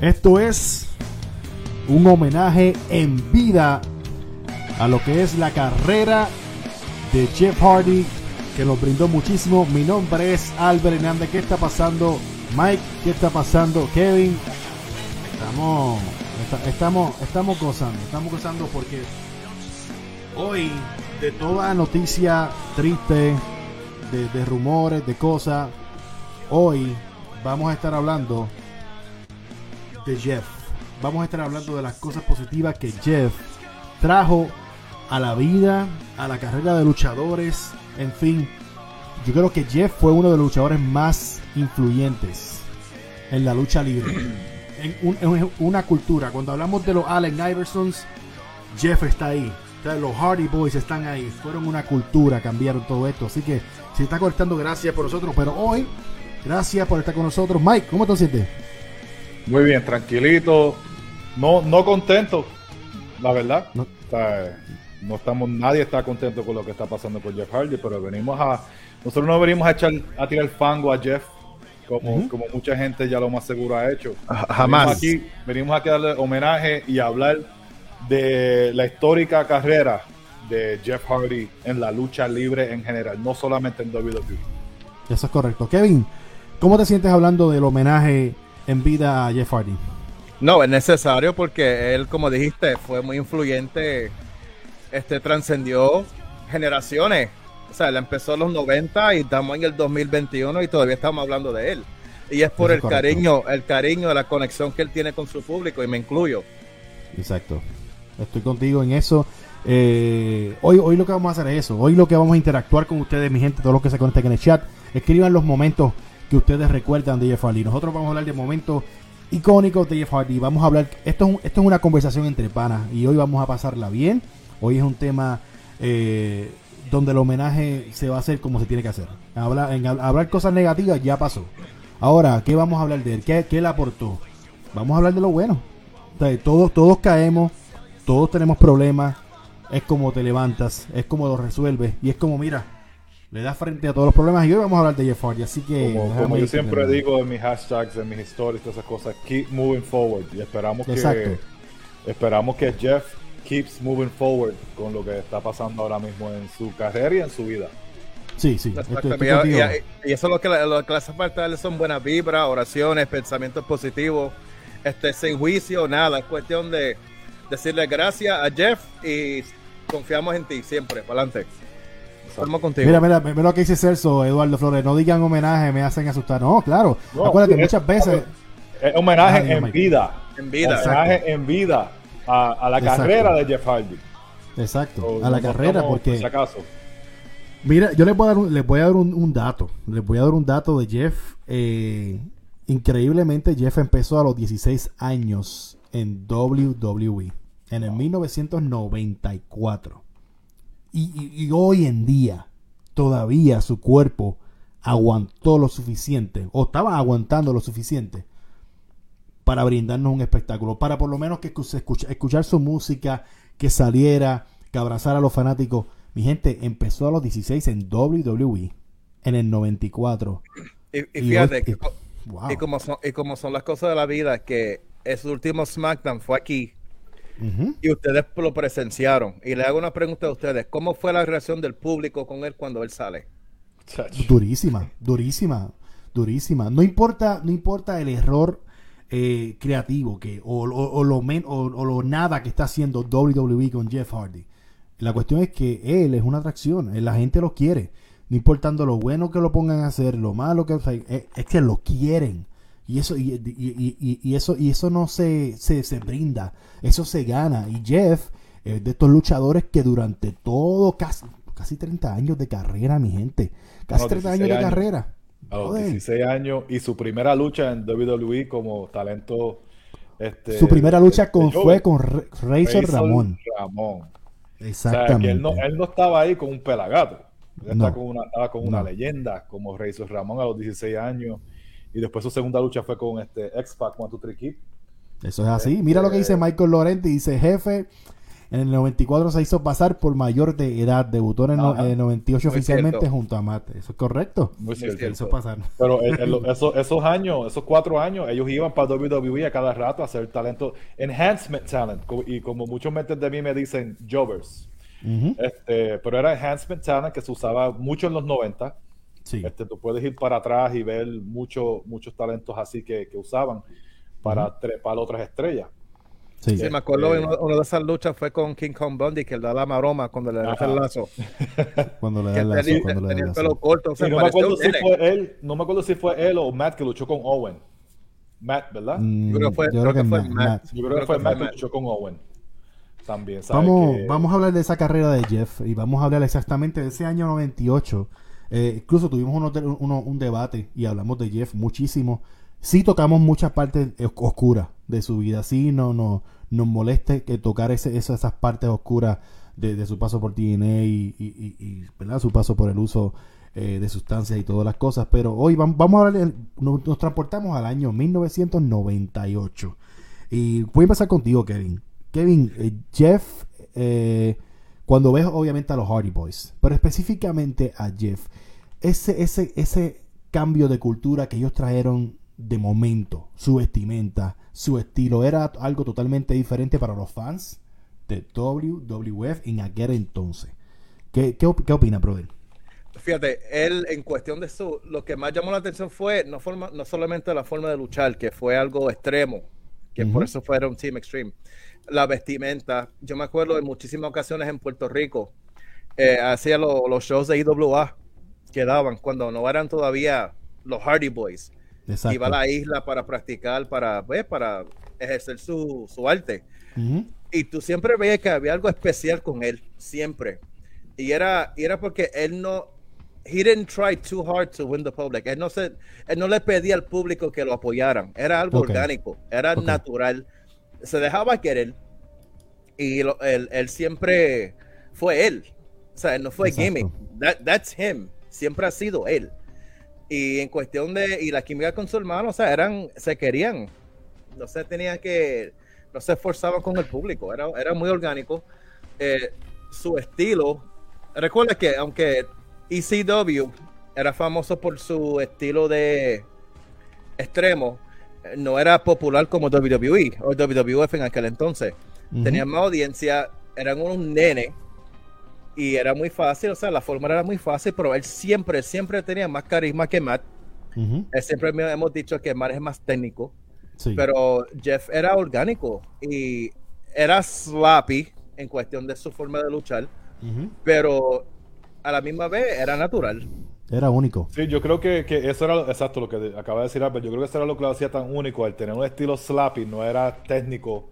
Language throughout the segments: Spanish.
Esto es un homenaje en vida a lo que es la carrera de Jeff Hardy, que nos brindó muchísimo. Mi nombre es Albert Hernández. ¿Qué está pasando, Mike? ¿Qué está pasando, Kevin? Estamos gozando porque hoy, de toda noticia triste, de rumores, de cosas, hoy vamos a estar hablando de Jeff. Vamos a estar hablando de las cosas positivas que Jeff trajo a la vida, a la carrera de luchadores. En fin, yo creo que Jeff fue uno de los luchadores más influyentes en la lucha libre, en una cultura. Cuando hablamos de los Allen Iversons, Jeff está ahí. Los Hardy Boys están ahí. Fueron una cultura, cambiaron todo esto. Así que si está conectando, gracias por nosotros. Pero hoy, gracias por estar con nosotros. Mike, ¿cómo te sientes? Muy bien, tranquilito. No contento, la verdad. No. No estamos, nadie está contento con lo que está pasando con Jeff Hardy, pero nosotros no venimos a tirar fango a Jeff, como mucha gente ya lo más seguro ha hecho. Jamás. Venimos aquí a darle homenaje y a hablar de la histórica carrera de Jeff Hardy en la lucha libre en general, no solamente en WWE. Eso es correcto. Kevin, ¿cómo te sientes hablando del homenaje en vida a Jeff Hardy? No, es necesario porque él, como dijiste, fue muy influyente, trascendió generaciones. O sea, él empezó en los 90 y estamos en el 2021 y todavía estamos hablando de él. Y es por el cariño de la conexión que él tiene con su público, y me incluyo. Exacto. Estoy contigo en eso. Hoy lo que vamos a hacer es eso. Hoy lo que vamos a interactuar con ustedes, mi gente, todos los que se conecten en el chat. Escriban los momentos que ustedes recuerdan de Jeff Hardy. Nosotros vamos a hablar de momentos icónicos de Jeff Hardy. Vamos a hablar, esto es una conversación entre panas y hoy vamos a pasarla bien. Hoy es un tema donde el homenaje se va a hacer como se tiene que hacer. Hablar cosas negativas ya pasó. Ahora, ¿qué vamos a hablar de él? ¿Qué le aportó? Vamos a hablar de lo bueno. O sea, todos caemos, todos tenemos problemas. Es como te levantas, es como lo resuelves y es como, mira, le das frente a todos los problemas. Y hoy vamos a hablar de Jeff Hardy, así que como yo siempre digo en mis hashtags, en mis stories, todas esas cosas, keep moving forward, y esperamos que Jeff keeps moving forward con lo que está pasando ahora mismo en su carrera y en su vida. Sí. Y eso es lo que le hace falta, darle son buenas vibras, oraciones, pensamientos positivos, sin juicio, nada. Es cuestión de decirle gracias a Jeff y confiamos en ti siempre, para adelante. Estamos contigo. Mira lo que dice Celso, Eduardo Flores. No digan homenaje, me hacen asustar. No, claro. Acuérdate, muchas veces. Es homenaje en vida. Homenaje en vida a la carrera de Jeff Hardy. Exacto, a la carrera, porque. Si acaso. Mira, yo les voy a dar un dato. Les voy a dar un dato de Jeff. Increíblemente, Jeff empezó a los 16 años en WWE. En el 1994. Y hoy en día todavía su cuerpo aguantó lo suficiente, o estaba aguantando lo suficiente para brindarnos un espectáculo, para por lo menos que escuchar su música, que saliera, que abrazara a los fanáticos. Mi gente, empezó a los 16 en WWE en el 94. Y fíjate que, wow. y como son las cosas de la vida, que su último SmackDown fue aquí. Y ustedes lo presenciaron. Y le hago una pregunta a ustedes: ¿cómo fue la reacción del público con él cuando él sale? Durísima. No importa el error creativo o lo nada que está haciendo WWE con Jeff Hardy. La cuestión es que él es una atracción. La gente lo quiere. No importando lo bueno que lo pongan a hacer, lo malo que es que lo quieren. Y eso no se brinda, eso se gana. Y Jeff de estos luchadores que durante todo casi 30 años de carrera, mi gente, casi 30 años de carrera. A los 16 años, y su primera lucha en WWE como talento. Su primera lucha fue con Razor Ramón. Exactamente. O sea, que él no estaba ahí con un pelagato. Él estaba con una leyenda como Razor Ramón a los 16 años. Y después su segunda lucha fue con X-Pac 1, 2, 3 Kid. Eso es así. Mira lo que dice Michael Lorente. Dice: jefe En el 94 se hizo pasar por mayor de edad. Debutó en el 98 Muy oficialmente cierto. junto a Matt. ¿Eso es correcto? Muy cierto. Se hizo pasar. Pero esos años, esos 4 años, ellos iban para WWE a cada rato a hacer talento, enhancement talent, y como muchos mentes de mí me dicen, jobbers. Pero era enhancement talent que se usaba mucho en los 90. Sí. Tú puedes ir para atrás y ver muchos talentos así que usaban para trepar otras estrellas. Sí, me acuerdo una de esas luchas fue con King Kong Bundy, que le da la maroma cuando le da el lazo. Cuando le da el lazo. Tenía el pelo corto. O sea, no me acuerdo si fue él o Matt que luchó con Owen. Matt, ¿verdad? Yo creo que fue Matt. Yo creo que fue Matt que luchó con Owen. También, vamos a hablar de esa carrera de Jeff y vamos a hablar exactamente de ese año 98. Incluso tuvimos un debate y hablamos de Jeff muchísimo. Sí tocamos muchas partes oscuras de su vida. Sí nos moleste que tocar esas partes oscuras de su paso por TNA y ¿verdad? Su paso por el uso de sustancias y todas las cosas. Pero hoy vamos a hablar, nos transportamos al año 1998. Y voy a empezar contigo, Kevin. Jeff, cuando ves obviamente a los Hardy Boys, pero específicamente a Jeff, ese cambio de cultura que ellos trajeron de momento, su vestimenta, su estilo, era algo totalmente diferente para los fans de WWF en aquel entonces. ¿Qué opina, brother? Fíjate, él en cuestión de lo que más llamó la atención fue no solamente la forma de luchar, que fue algo extremo, que por eso fueron Team Extreme. La vestimenta, yo me acuerdo en muchísimas ocasiones en Puerto Rico, hacía los shows de IWA que daban cuando no eran todavía los Hardy Boys. Exacto. Iba a la isla para practicar, para ejercer su arte. Y tú siempre veías que había algo especial con él, siempre. Y era porque él no, he didn't try too hard to win the public. Él no le pedía al público que lo apoyaran. Era algo orgánico, era natural. Se dejaba querer y él siempre fue él. O sea, él no fue gimmick. That's him. Siempre ha sido él. Y en cuestión y la química con su hermano, o sea, se querían. No se esforzaban con el público. Era muy orgánico. Su estilo. Recuerda que aunque ECW era famoso por su estilo de extremo, no era popular como WWE o WWF en aquel entonces. Tenían más audiencia, eran unos nenes y era muy fácil, o sea, la fórmula era muy fácil, pero él siempre tenía más carisma que Matt. Siempre hemos dicho que Matt es más técnico, pero Jeff era orgánico y era sloppy en cuestión de su forma de luchar, pero a la misma vez era natural. Era único. Sí, yo creo que eso era exacto lo que acaba de decir Albert. Yo creo que eso era lo que lo hacía tan único. Al tener un estilo sloppy, no era técnico,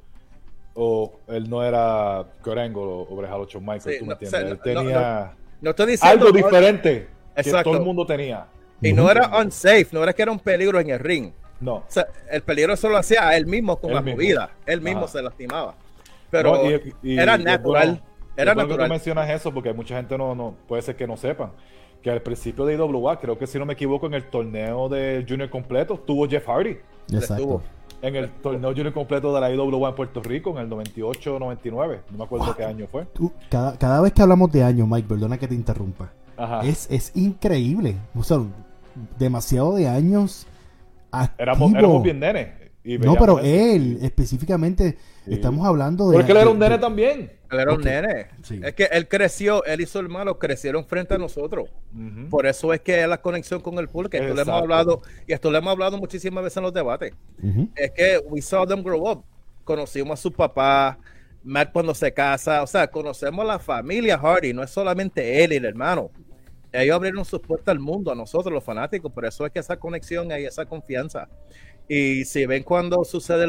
o él no era Corango o Brejalo Shawn Michaels, ¿tú me entiendes? Él tenía no estoy diciendo algo diferente que exacto. todo el mundo tenía. Y no era unsafe, no era que era un peligro en el ring. No. O sea, el peligro solo lo hacía a él mismo con la movida. Él mismo se lastimaba. Pero no, era natural. Era natural. Que tú mencionas eso porque mucha gente no puede ser que no sepan que al principio de IWA, creo que si no me equivoco, en el torneo de Junior completo, estuvo Jeff Hardy. Exacto. En el torneo Junior completo de la IWA en Puerto Rico, en el 98-99. No me acuerdo qué año fue. Cada vez que hablamos de años, Mike, perdona que te interrumpa. Ajá. Es increíble. O sea, demasiado de años activo. Éramos bien nenes. No, pero él, específicamente, estamos hablando de... Porque él era un nene también. Él era un nene. Sí. Es que él creció, él y su hermano crecieron frente a nosotros. Por eso es que la conexión con el público. Esto le hemos hablado muchísimas veces en los debates. Es que we saw them grow up. Conocimos a su papá, Matt cuando se casa. O sea, conocemos a la familia Hardy. No es solamente él y el hermano. Ellos abrieron sus puertas al mundo, a nosotros los fanáticos. Por eso es que esa conexión y esa confianza. Y si ven cuando sucede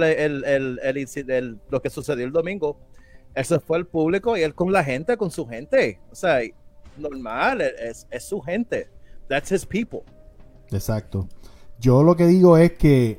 lo que sucedió el domingo, eso fue el público y él con la gente, con su gente. O sea, normal, es su gente. That's his people. Exacto. Yo lo que digo es que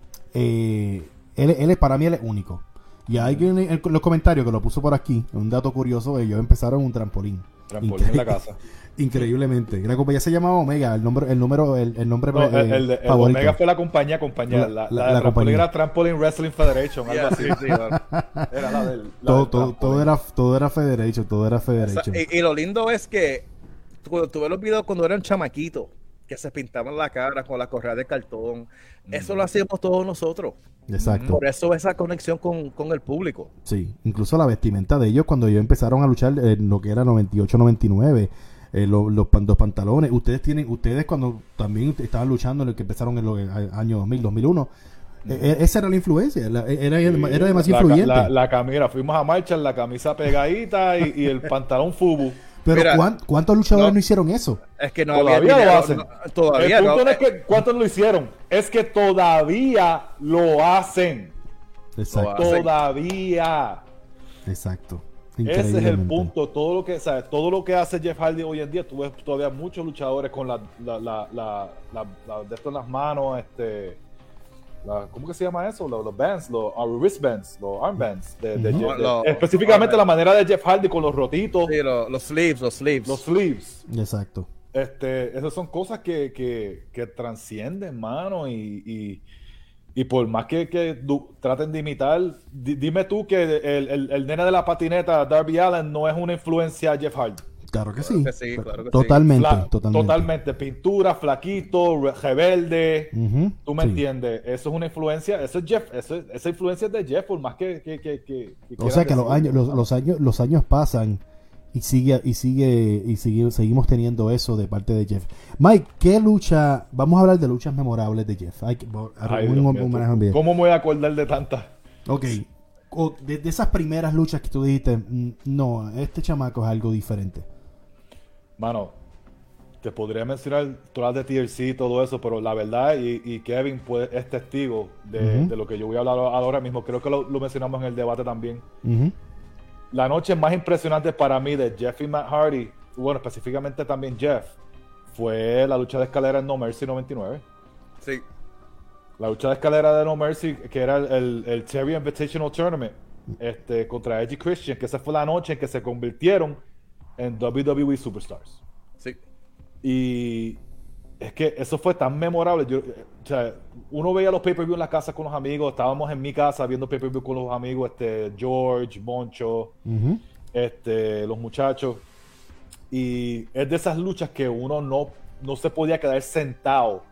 él para mí él es único. Y alguien en los comentarios que lo puso por aquí, un dato curioso, ellos empezaron un trampolín. Trampolín en la casa. Increíblemente. La compañía se llamaba Omega, el nombre No, el favorito. Omega fue la compañía. La de Trampolín era Trampoline Wrestling Federation, algo así. Sí, era la del. Todo era Federation. Y lo lindo es que cuando tuve los videos cuando eran chamaquitos, que se pintaban la cara con la correa de cartón, eso lo hacíamos todos nosotros. Exacto. Por eso esa conexión con el público. Sí, incluso la vestimenta de ellos cuando ellos empezaron a luchar en lo que era 98, 99, los pantalones. Ustedes cuando también estaban luchando en el que empezaron en los años 2000, 2001, esa era la influencia, era demasiado influyente. La camisa, fuimos a marcha, la camisa pegadita y el pantalón fubu. Pero mira, ¿cuántos luchadores no hicieron eso? Es que no todavía había lo hacen. Todavía el punto no es que cuántos lo hicieron, es que todavía lo hacen. Exacto. Todavía. Exacto. Ese es el punto. Todo lo que hace Jeff Hardy hoy en día, tú ves todavía muchos luchadores con la de esto en las manos, ¿cómo que se llama eso? Los bands, los wristbands, los armbands. Específicamente la manera de Jeff Hardy con los rotitos. Sí, los sleeves. Los sleeves. Exacto. Esas son cosas que trascienden, mano, y por más que traten de imitar, dime tú que el nene de la patineta, Darby Allin, no es una influencia a Jeff Hardy. Claro que sí. Claro que totalmente, sí. Totalmente. Pintura, flaquito, rebelde. ¿Tú me entiendes? Eso es una influencia. Eso es Jeff. Esa influencia es de Jeff, por más que o sea que los años pasan y seguimos teniendo eso de parte de Jeff. Mike, ¿qué lucha? Vamos a hablar de luchas memorables de Jeff. ¿Cómo me voy a acordar de tantas? Ok. De esas primeras luchas que tú dijiste, no, este chamaco es algo diferente. Mano, te podría mencionar todas de TLC y todo eso, pero la verdad, y Kevin es testigo de lo que yo voy a hablar ahora mismo. Creo que lo mencionamos en el debate también. La noche más impresionante para mí de Jeff y Matt Hardy, bueno, específicamente también Jeff, fue la lucha de escalera en No Mercy 99. Sí. La lucha de escalera de No Mercy, que era el Terry Invitational Tournament, contra Edge y Christian, que esa fue la noche en que se convirtieron en WWE Superstars. Sí. Y es que eso fue tan memorable. Uno veía los pay-per-view en la casa con los amigos. Estábamos en mi casa viendo pay-per-view con los amigos, George, Moncho, los muchachos. Y es de esas luchas que uno no se podía quedar sentado.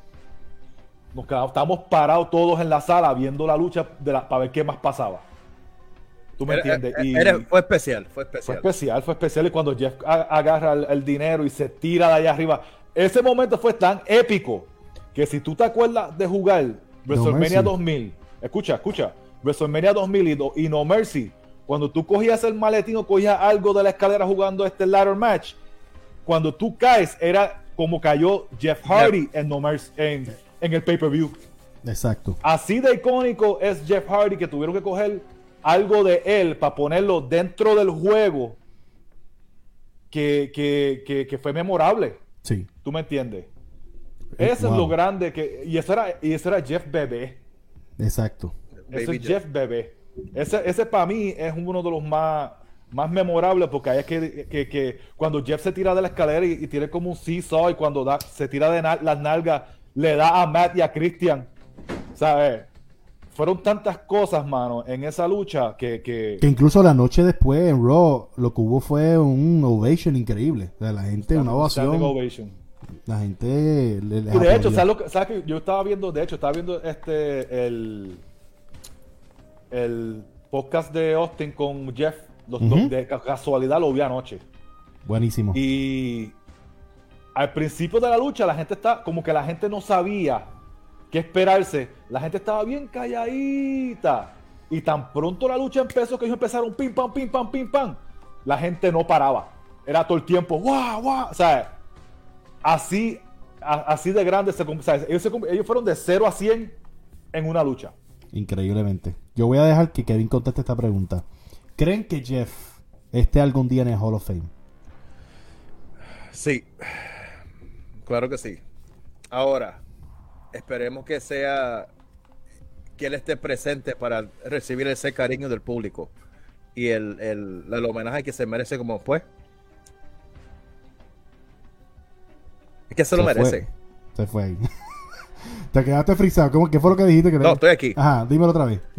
Estábamos parados todos en la sala viendo la lucha para ver qué más pasaba. ¿Tú me entiendes? Fue especial. Fue especial. Y cuando Jeff agarra el dinero y se tira de allá arriba, ese momento fue tan épico que si tú te acuerdas de jugar WrestleMania 2000, escucha, WrestleMania 2000 y No Mercy, cuando tú cogías el maletín o cogías algo de la escalera jugando ladder match, cuando tú caes, era como cayó Jeff Hardy en No Mercy, en el pay-per-view. Exacto. Así de icónico es Jeff Hardy que tuvieron que coger algo de él para ponerlo dentro del juego que fue memorable. Sí. ¿Tú me entiendes? Eso es lo grande y eso era Jeff Bebé. Exacto. Eso es Jeff Bebé. Ese para mí es uno de los más memorables, porque ahí es que cuando Jeff se tira de la escalera y tiene como un seesaw, y cuando se tira de las nalgas, le da a Matt y a Christian. ¿Sabes? Fueron tantas cosas, mano, en esa lucha que incluso la noche después en Raw lo que hubo fue un ovation increíble. O sea, la gente, una ovación. La gente y de hecho, ¿sabes que yo estaba viendo? De hecho, estaba viendo el podcast de Austin con Jeff. De casualidad lo vi anoche. Buenísimo. Y al principio de la lucha, la gente no sabía qué esperarse. La gente estaba bien calladita. Y tan pronto la lucha empezó que ellos empezaron pim, pam, pim, pam, pim, pam. La gente no paraba. Era todo el tiempo, guau, guau. O sea, así de grande. Ellos fueron de 0 a 100 en una lucha. Increíblemente. Yo voy a dejar que Kevin conteste esta pregunta. ¿Creen que Jeff esté algún día en el Hall of Fame? Sí. Claro que sí. Ahora, esperemos que él esté presente para recibir ese cariño del público y el homenaje que se merece como pues que se lo merece. Se fue ahí. Te quedaste frisado. ¿Qué fue lo que dijiste? No, estoy aquí. Ajá, dímelo otra vez.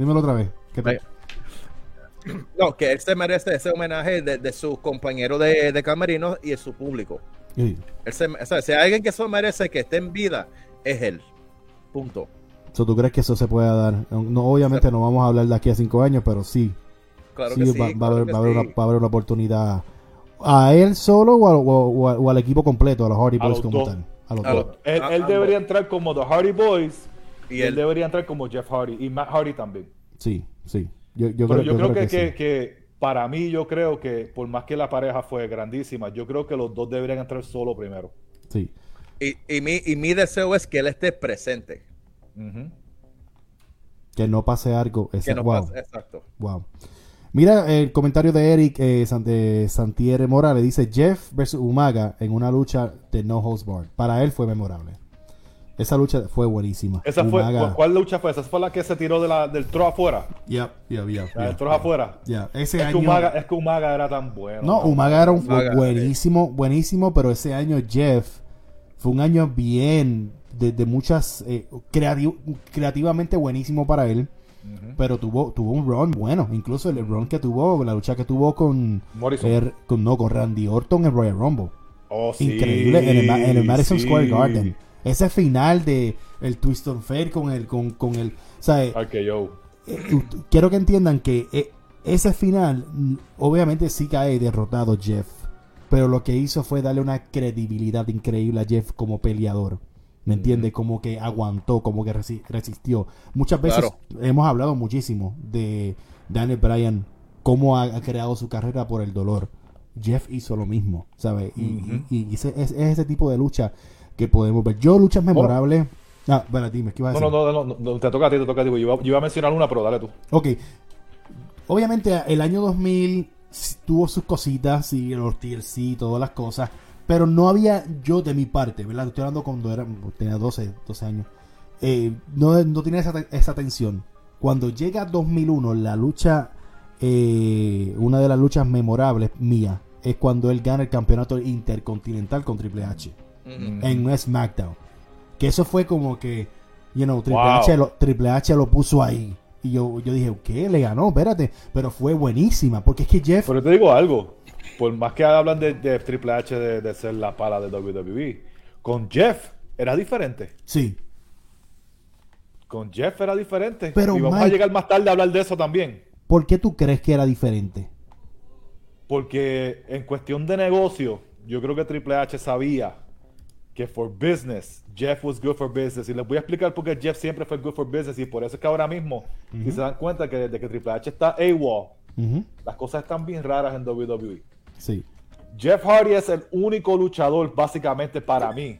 No, que él se merece ese homenaje de sus compañeros de camerino y de su público. Sí. O sea, si hay alguien que se lo merece, que esté en vida, es él. Punto. ¿Tú crees que eso se pueda dar? No, obviamente no vamos a hablar de aquí a 5 años, pero sí. Claro sí, que sí. Va a haber una oportunidad. ¿A él solo o al equipo completo? A los Hardy Boys como tal. A los dos. Él debería entrar como The Hardy Boys y él debería entrar como Jeff Hardy y Matt Hardy también. Sí. Yo creo que para mí, yo creo que por más que la pareja fue grandísima, yo creo que los dos deberían entrar solo primero. Sí. Y mi deseo es que él esté presente. Uh-huh. Que no pase algo. Que no pase, exacto. Wow. Mira el comentario de Eric Santier Morales. Dice Jeff versus Umaga en una lucha de No Holds Barred. Para él fue memorable. Esa lucha fue buenísima. ¿Cuál lucha fue? ¿Esa fue la que se tiró del tro afuera? Del tro afuera. Ese es año... que Umaga era tan bueno. No, Umaga era buenísimo, pero ese año Jeff fue un año bien de muchas creativamente buenísimo para él. Uh-huh. Pero tuvo un run bueno. Incluso el run que tuvo, la lucha que tuvo con Randy Orton en Royal Rumble. Increíble en el Madison Square Garden. Ese final de el Twist of Fate con el o sea, quiero que entiendan que ese final obviamente sí cae derrotado Jeff, pero lo que hizo fue darle una credibilidad increíble a Jeff como peleador. ¿Me entiendes? Como que aguantó, como que resistió. Muchas veces hemos hablado muchísimo de Daniel Bryan, cómo ha creado su carrera por el dolor. Jeff hizo lo mismo, ¿sabes? Y es ese tipo de lucha que podemos ver. Luchas memorables. Bueno, dime, ¿qué ibas a decir? No, te toca a ti. Yo iba a mencionar una, pero dale tú. Ok. Obviamente, el año 2000 tuvo sus cositas, y los TLC y todas las cosas, pero no había, yo de mi parte, ¿verdad? Estoy hablando cuando tenía 12 años. No tenía esa tensión. Cuando llega 2001, la lucha, una de las luchas memorables mía, es cuando él gana el campeonato intercontinental con Triple H. En un SmackDown, que eso fue como que Triple H lo puso ahí y yo dije, ¿qué? Le ganó, espérate, pero fue buenísima, porque es que Jeff, pero te digo algo, por más que hablan de Triple H de ser la pala de WWE, con Jeff era diferente. Sí, con Jeff era diferente, pero y vamos a llegar más tarde a hablar de eso también. ¿Por qué tú crees que era diferente? Porque en cuestión de negocio, yo creo que Triple H sabía que for business, Jeff was good for business. Y les voy a explicar por qué Jeff siempre fue good for business. Y por eso es que ahora mismo, si se dan cuenta que desde que Triple H está AWOL, las cosas están bien raras en WWE. Sí. Jeff Hardy es el único luchador, básicamente para mí,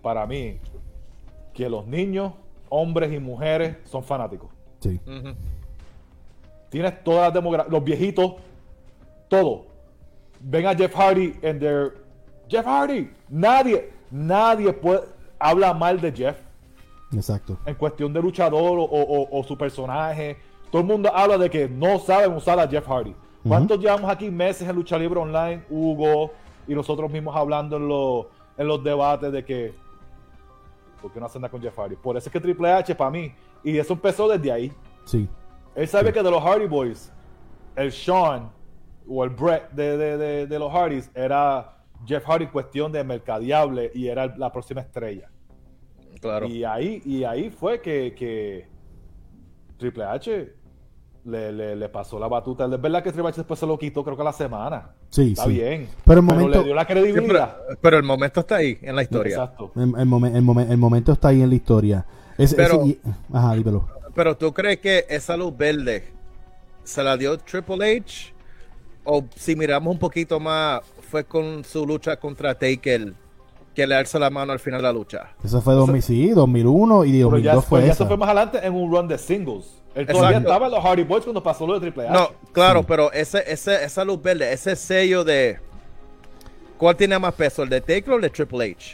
que los niños, hombres y mujeres son fanáticos. Sí. Tienes todas las demografías, los viejitos, todo. Ven a Jeff Hardy and they're Jeff Hardy. Nadie habla mal de Jeff. Exacto. En cuestión de luchador o su personaje. Todo el mundo habla de que no saben usar a Jeff Hardy. ¿Cuántos llevamos aquí meses en Lucha Libre Online, Hugo y nosotros mismos hablando en los debates de que ¿por qué no hacen nada con Jeff Hardy? Por eso es que Triple H para mí, y eso empezó desde ahí. Sí. Él sabe que de los Hardy Boys, el Shawn o el Brett de los Hardys era Jeff Hardy, cuestión de mercadeable, y era la próxima estrella. Claro. Y ahí fue que Triple H le pasó la batuta. Es verdad que Triple H después se lo quitó, creo que a la semana. Sí, está sí. bien. Pero le dio la credibilidad. Pero el momento está ahí en la historia. Exacto. El momento está ahí en la historia. Ajá, dímelo. Pero ¿tú crees que esa luz verde se la dio Triple H? O si miramos un poquito más, fue con su lucha contra Taker, que le alza la mano al final de la lucha. Eso fue 2001 y 2002 fue eso fue más adelante en un run de singles. Él todavía estaba en los Hardy Boys cuando pasó lo de Triple H. No, claro, sí. Pero esa luz verde, ese sello de... ¿Cuál tiene más peso, el de Taker o el de Triple H?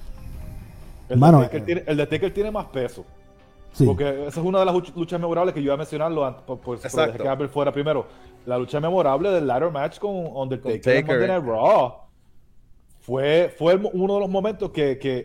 El de Taker tiene más peso. Sí. Porque esa es una de las luchas memorables que yo iba a mencionarlo, por dejé que Albert fuera primero. La lucha memorable del ladder match con Undertaker en Monday Night Raw fue uno de los momentos que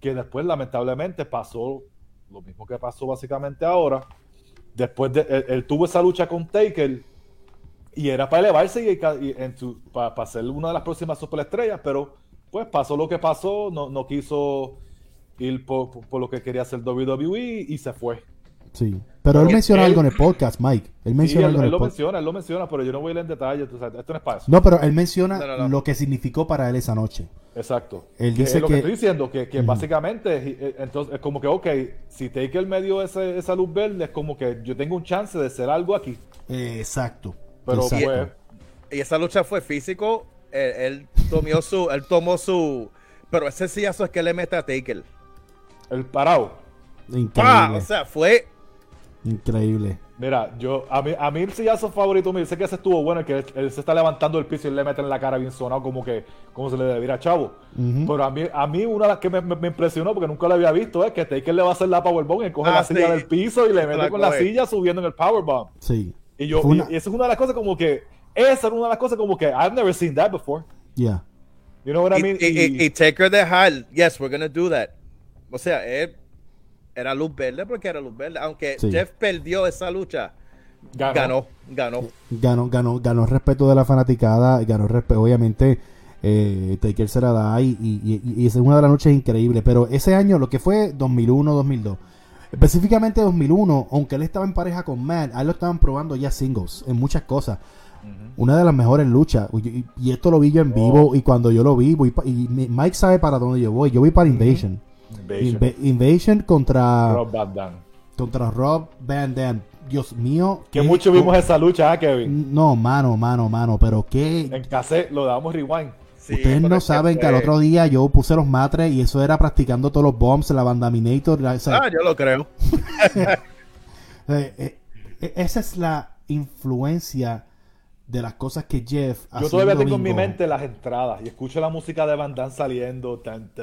que después lamentablemente pasó lo mismo que pasó básicamente ahora. Después él tuvo esa lucha con Taker y era para elevarse para ser una de las próximas superestrellas, pero pues pasó lo que pasó, no quiso ir por lo que quería hacer WWE y se fue. Sí, pero él menciona algo en el podcast, Mike. Él menciona algo en el podcast. Él lo menciona, pero yo no voy a ir en detalle. Esto no es para eso. No, pero él menciona lo que significó para él esa noche. Exacto. Él dice lo que estoy diciendo, que básicamente, entonces es como que, ok, si Taker me dio esa luz verde, es como que yo tengo un chance de hacer algo aquí. Exacto. Pero exacto. pues... Y esa lucha fue físico. Él tomó su... Pero ese sillazo es que le mete a Taker. El parado. Increíble. O sea, fue... Increíble. Mira, a mí el sillazo favorito mío, sé que ese estuvo bueno, que él se está levantando del piso y le mete en la cara bien sonado, como se le debiera a Chavo. Pero a mí una de las que me impresionó, porque nunca lo había visto, es que Taker le va a hacer la powerbomb y coge la silla del piso y le mete con la silla subiendo en el powerbomb. Sí. Y esa es una de las cosas como que, I've never seen that before. Yeah. You know what I mean? Y Taker dejar, yes, we're gonna do that. O sea, era luz verde porque era luz verde. Aunque Jeff perdió esa lucha, ganó. Ganó el respeto de la fanaticada, ganó el respeto, obviamente. Taker se la da y es una de las noches increíbles. Pero ese año, lo que fue 2001-2002, específicamente 2001, aunque él estaba en pareja con Matt, a él lo estaban probando ya singles en muchas cosas. Una de las mejores luchas, y esto lo vi yo en vivo, y cuando yo lo vi, y Mike sabe para dónde yo voy para Invasion. Invasion contra Rob Van Dam. Dios mío. Que mucho vimos esa lucha, Kevin. No, mano, pero qué. En cassette lo damos rewind. Sí, ustedes no saben que al otro día yo puse los matres y eso era practicando todos los bombs, la Bandaminator. Yo lo creo. Esa es la influencia de las cosas que Jeff yo todavía tengo en mi mente las entradas y escucho la música de Van Damme saliendo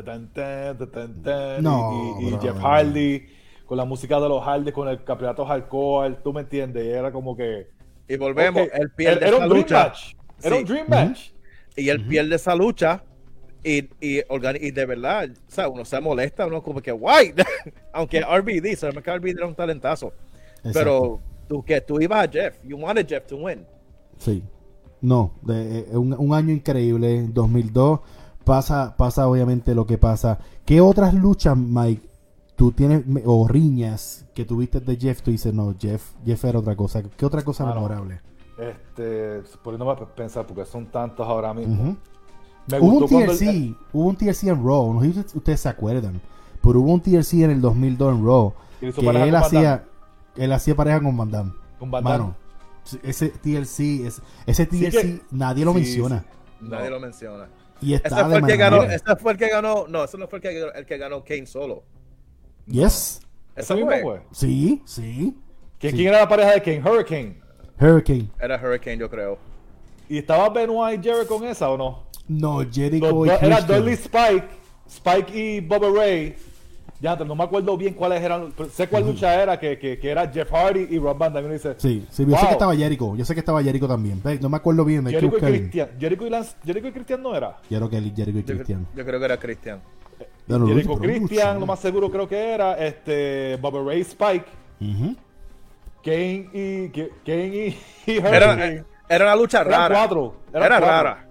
y Jeff Hardy con la música de los Hardy con el campeonato hardcore, tú me entiendes, y era como que y volvemos, okay, él pierde era esa un dream lucha match. Era un dream match y él pierde esa lucha y de verdad, o sea, uno se molesta, uno como que guay, aunque RBD, sabemos que RBD era un talentazo. Exacto. Pero tú ibas a Jeff, you wanted Jeff to win. Sí, no, un año increíble, 2002, pasa obviamente lo que pasa. ¿Qué otras luchas, Mike, tú tienes, o riñas que tuviste de Jeff, tú dices, no, Jeff era otra cosa? ¿Qué otra cosa memorable? Poniéndome a pensar, porque son tantos ahora mismo. Hubo un TLC en Raw, no sé si ustedes se acuerdan, pero hubo un TLC en el 2002 en Raw, que él hacía pareja con Van Damme. Con Van Damme. Mano, ese TLC nadie lo menciona. Nadie lo menciona. Y está ese fue el que ganó, no, ese no fue el que ganó Kane solo. Yes. ¿Ese mismo fue? Sí. ¿Quién era la pareja de Kane? Hurricane. Era Hurricane, yo creo. ¿Y estaba Benoit y Jericho con esa o no? No, Jericho y Christian. Era Dudley Spike y Bubba Ray. Ya, no me acuerdo bien cuáles eran. Sé cuál lucha era, que era Jeff Hardy y Rob Van Damme. Dice, sí, yo sé que estaba Jericho. Yo sé que estaba Jericho también. No me acuerdo bien de Jericho y Christian. Jericho y Christian no era. Jericho y Christian. Yo creo que era Christian. Jericho Christian, lo más seguro creo que era. Bubba Ray Spike. Kane y Hurricane. Era una lucha rara. Era rara.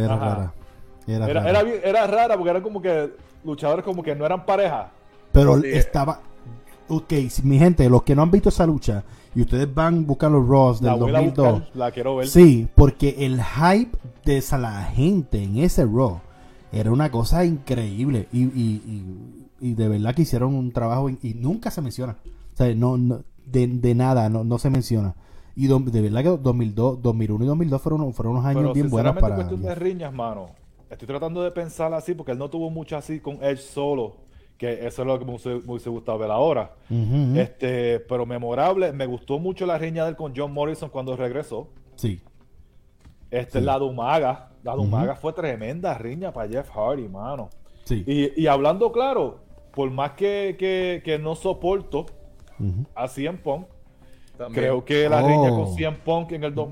Era rara porque eran como que luchadores como que no eran pareja. Pero estaba... Ok, mi gente, los que no han visto esa lucha y ustedes van a buscar los Raws del 2002, la quiero ver. Sí, porque el hype de la gente en ese Raw era una cosa increíble y de verdad que hicieron un trabajo y nunca se menciona. O sea, de nada, no se menciona. Y de verdad que 2002, 2001 y 2002 fueron unos años bien buenos para... cuestión de riñas, mano. Estoy tratando de pensar así porque él no tuvo mucho así con Edge solo. Que eso es lo que me hubiese gustado ver ahora. Pero memorable, me gustó mucho la riña de él con John Morrison cuando regresó. Sí. La de Umaga. La de Umaga fue tremenda riña para Jeff Hardy, mano. Sí. Y hablando claro, por más que no soporto a CM Punk, también. Creo que la riña con CM Punk en el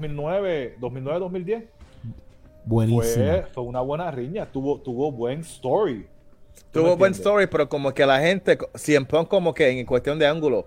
2009-2010 buenísimo. Fue una buena riña. Tuvo buen story. Tuvo buen story, pero como que la gente, CM Punk como que en cuestión de ángulo,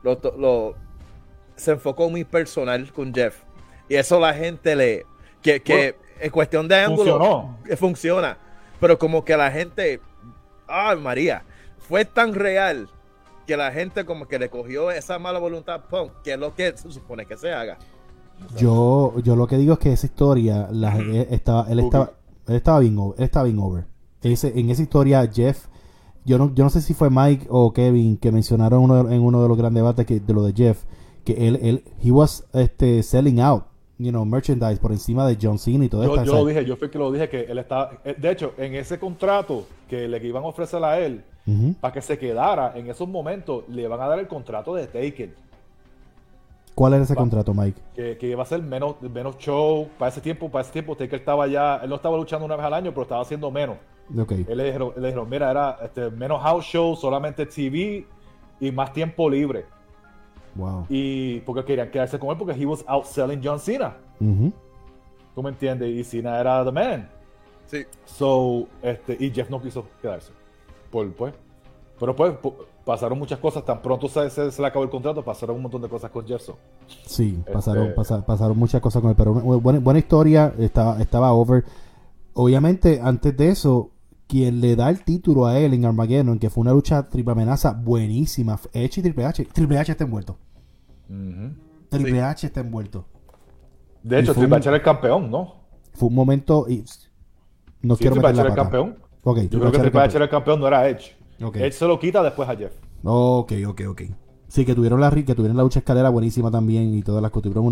se enfocó muy personal con Jeff. Y eso la gente que en cuestión de ángulo funciona. Pero como que la gente, María, fue tan real que la gente como que le cogió esa mala voluntad a Punk, que es lo que se supone que se haga. Yo lo que digo es que esa historia, él estaba bien over. En esa historia, Jeff, yo no sé si fue Mike o Kevin que mencionaron en uno de los grandes debates de lo de Jeff, que he was selling out, merchandise por encima de John Cena y todo esto. Yo lo dije, yo fui que lo dije, que él estaba, de hecho, en ese contrato que le iban a ofrecer a él, para que se quedara, en esos momentos, le van a dar el contrato de Taker. ¿Cuál era ese contrato, Mike? Que iba a ser menos show. Para ese tiempo, Taker estaba ya, él no estaba luchando una vez al año, pero estaba haciendo menos. Okay. Él le dijeron, mira, era menos house show, solamente TV y más tiempo libre. Wow. Y porque querían quedarse con él porque he was outselling John Cena. ¿Tú me entiendes? Y Cena era the man. Sí. So, y Jeff no quiso quedarse. Pero pasaron muchas cosas. Tan pronto se le acabó el contrato, pasaron un montón de cosas con Jefferson. Sí, pasaron muchas cosas con él. Pero buena historia, estaba over. Obviamente, antes de eso, quien le da el título a él en Armageddon, que fue una lucha triple amenaza buenísima, Edge y Triple H. Triple H está envuelto. Triple H está envuelto. De hecho, Triple H era el campeón, ¿no? Fue un momento y no quiero meter la pata. Triple H era el campeón. Okay, yo creo que Triple H era el campeón, no era Edge. Okay. Edge se lo quita después a Jeff. Ok. Sí, que tuvieron la lucha escalera buenísima también y todas las cosas. Tuvieron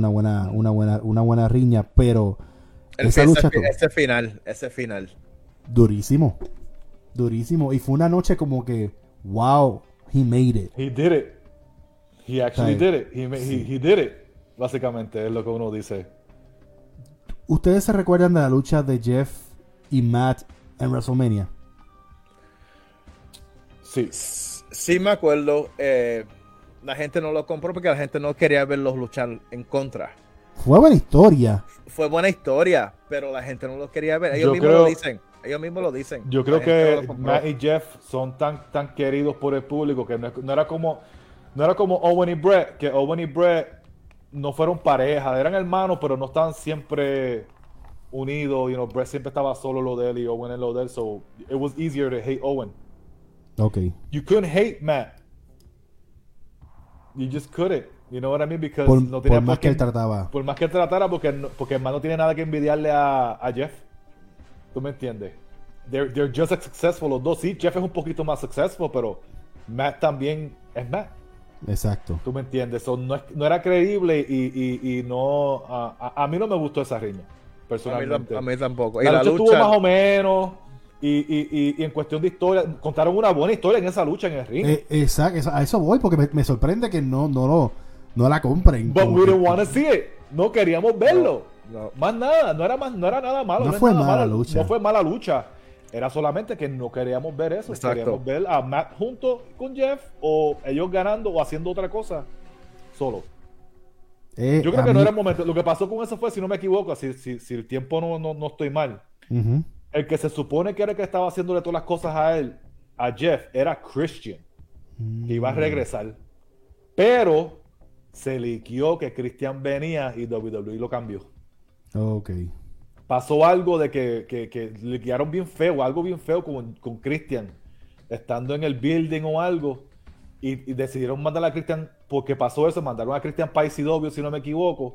una buena riña, pero esa lucha ese final durísimo. Y fue una noche como que wow, he made it. He did it. He actually did it. He did it. Básicamente es lo que uno dice. ¿Ustedes se recuerdan de la lucha de Jeff y Matt en WrestleMania? Sí me acuerdo. La gente no lo compró porque la gente no quería verlos luchar en contra. Fue buena historia. Fue buena historia, pero la gente no lo quería ver. Ellos mismos lo dicen. Yo creo que Matt y Jeff son tan queridos por el público que no era como Owen y Bret, que Owen y Bret no fueron pareja, eran hermanos, pero no estaban siempre unidos. Bret siempre estaba solo lo de él y Owen en lo de él, so it was easier to hate Owen. Okay. You couldn't hate Matt. You just couldn't. You know what I mean? Because por más que él trataba. Por más que él tratara, porque el man no tiene nada que envidiarle a Jeff. ¿Tú me entiendes? They're just as successful los dos. Sí, Jeff es un poquito más successful, pero Matt también es Matt. Exacto. ¿Tú me entiendes? So, no era creíble y no... A mí no me gustó esa riña, personalmente. A mí tampoco. La lucha estuvo más o menos... Y en cuestión de historia, contaron una buena historia en esa lucha en el ring. Exacto, a eso voy, porque me sorprende que no la compren. But we didn't want to see it. No queríamos verlo. No. Más nada, no era nada malo. No fue mala lucha. No fue mala lucha. Era solamente que no queríamos ver eso. Exacto. Queríamos ver a Matt junto con Jeff, o ellos ganando o haciendo otra cosa solo. Yo creo que no era el momento. Lo que pasó con eso fue, si no me equivoco, si el tiempo no estoy mal, el que se supone que era el que estaba haciéndole todas las cosas a Jeff, era Christian, que iba a regresar. Pero se liqueó que Christian venía y WWE lo cambió. Ok. Pasó algo de que liquearon bien feo, algo bien feo con Christian, estando en el building o algo, y decidieron mandar a Christian, porque pasó eso, mandaron a Christian para ICW, si no me equivoco,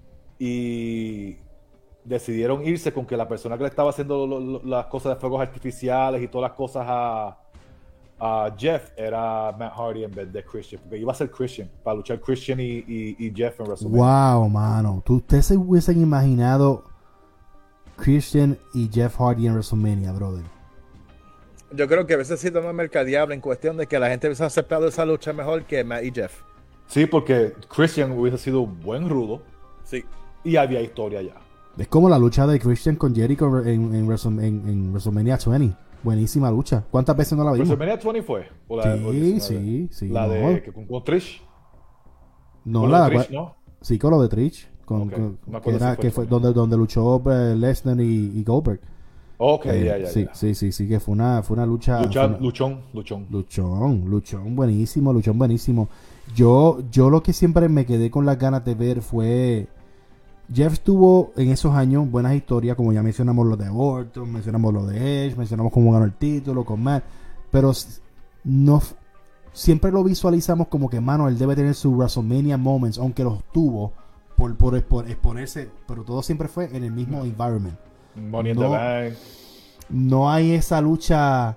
y decidieron irse con que la persona que le estaba haciendo las cosas de fuegos artificiales y todas las cosas a Jeff era Matt Hardy en vez de Christian, porque iba a ser Christian, para luchar Christian y Jeff en WrestleMania. Wow, mano. ¿Ustedes se hubiesen imaginado Christian y Jeff Hardy en WrestleMania, brother? Yo creo que a veces sí toma mercadeable en cuestión de que la gente hubiese aceptado esa lucha mejor que Matt y Jeff. Sí, porque Christian hubiese sido un buen rudo. Sí. Y había historia ya. Es como la lucha de Christian con Jericho en WrestleMania 20. Buenísima lucha. ¿Cuántas veces no la vimos? ¿WrestleMania 20 fue? Sí. La de con Trish. No, con la de Trish, ¿no? Sí, con lo de Trish. Que fue donde luchó Lesnar y Goldberg. Ok, Sí, que fue una lucha. Luchón. Luchón, buenísimo. Yo lo que siempre me quedé con las ganas de ver fue... Jeff tuvo en esos años buenas historias, como ya mencionamos lo de Orton, mencionamos lo de Edge, mencionamos cómo ganó el título con Matt, pero no siempre lo visualizamos como que, mano, él debe tener sus WrestleMania moments, aunque los tuvo por exponerse, pero todo siempre fue en el mismo environment. Money in the Bank. No hay esa lucha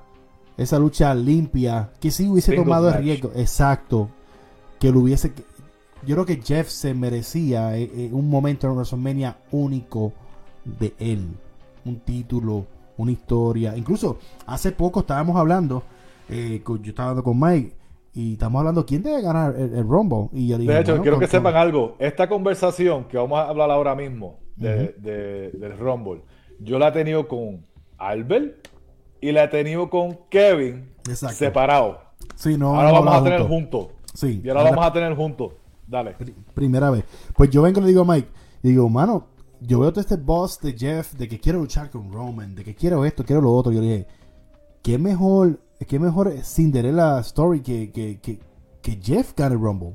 limpia, que sí hubiese tomado el riesgo, exacto, que lo hubiese... Yo creo que Jeff se merecía un momento en WrestleMania único de él. Un título, una historia. Incluso hace poco estábamos hablando, yo estaba hablando con Mike, y estamos hablando quién debe ganar el Rumble. Y yo dije, de hecho, bueno, quiero que sepan algo. Esta conversación que vamos a hablar ahora mismo del Rumble, yo la he tenido con Albert y la he tenido con Kevin separado. Sí, no, ahora vamos a tener juntos. Sí, y ahora vamos a tener juntos. Dale. Primera vez. Pues yo vengo y le digo a Mike, digo, mano, yo veo todo este boss de Jeff, de que quiero luchar con Roman, de que quiero esto, quiero lo otro. Yo le dije, qué mejor Cinderella Story que Jeff gane el Rumble.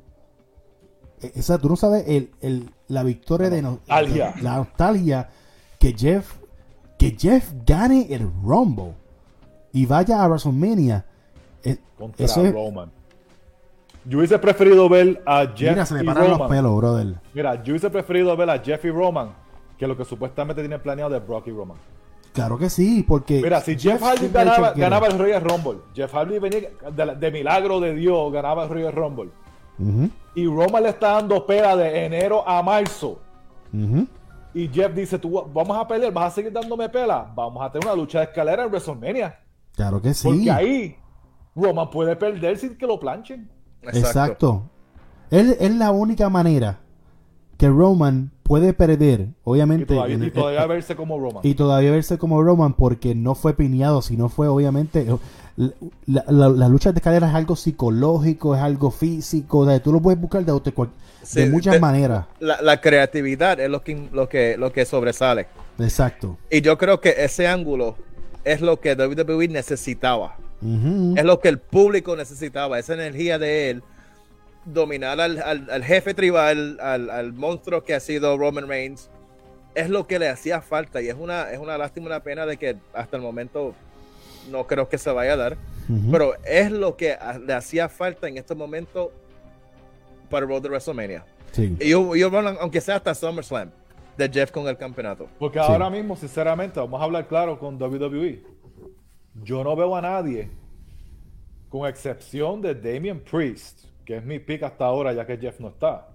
O sea, tú no sabes la victoria de la nostalgia que Jeff gane el Rumble y vaya a WrestleMania. Contra Roman. Yo hubiese preferido ver a Jeff Mira, se me y paran Roman. los pelos, brother. Mira, yo hubiese preferido ver a Jeff y Roman que lo que supuestamente tienen planeado de Brock y Roman. Claro que sí, porque... Mira, si Jeff Hardy ganaba el Royal Rumble, Jeff Hardy venía de milagro de Dios, ganaba el Royal Rumble. Y Roman le está dando pela de enero a marzo. Y Jeff dice, vamos a pelear, vas a seguir dándome pela. Vamos a tener una lucha de escalera en WrestleMania. Claro que sí. Porque ahí Roman puede perder sin que lo planchen. Exacto. Es la única manera que Roman puede perder, obviamente. Y todavía verse como Roman. Y todavía verse como Roman porque no fue piñado, sino fue obviamente... La lucha de escalera es algo psicológico, es algo físico, tú lo puedes buscar de muchas maneras. La creatividad es lo que sobresale. Exacto. Y yo creo que ese ángulo es lo que WWE necesitaba. Es lo que el público necesitaba, esa energía de él dominar al jefe tribal, al monstruo que ha sido Roman Reigns, es lo que le hacía falta. Y es una lástima, una pena de que hasta el momento no creo que se vaya a dar, pero es lo que le hacía falta en este momento para el Road to WrestleMania. Y yo aunque sea hasta SummerSlam de Jeff con el campeonato, porque ahora mismo, sinceramente, vamos a hablar claro con WWE. Yo no veo a nadie, con excepción de Damian Priest, que es mi pick hasta ahora ya que Jeff no está,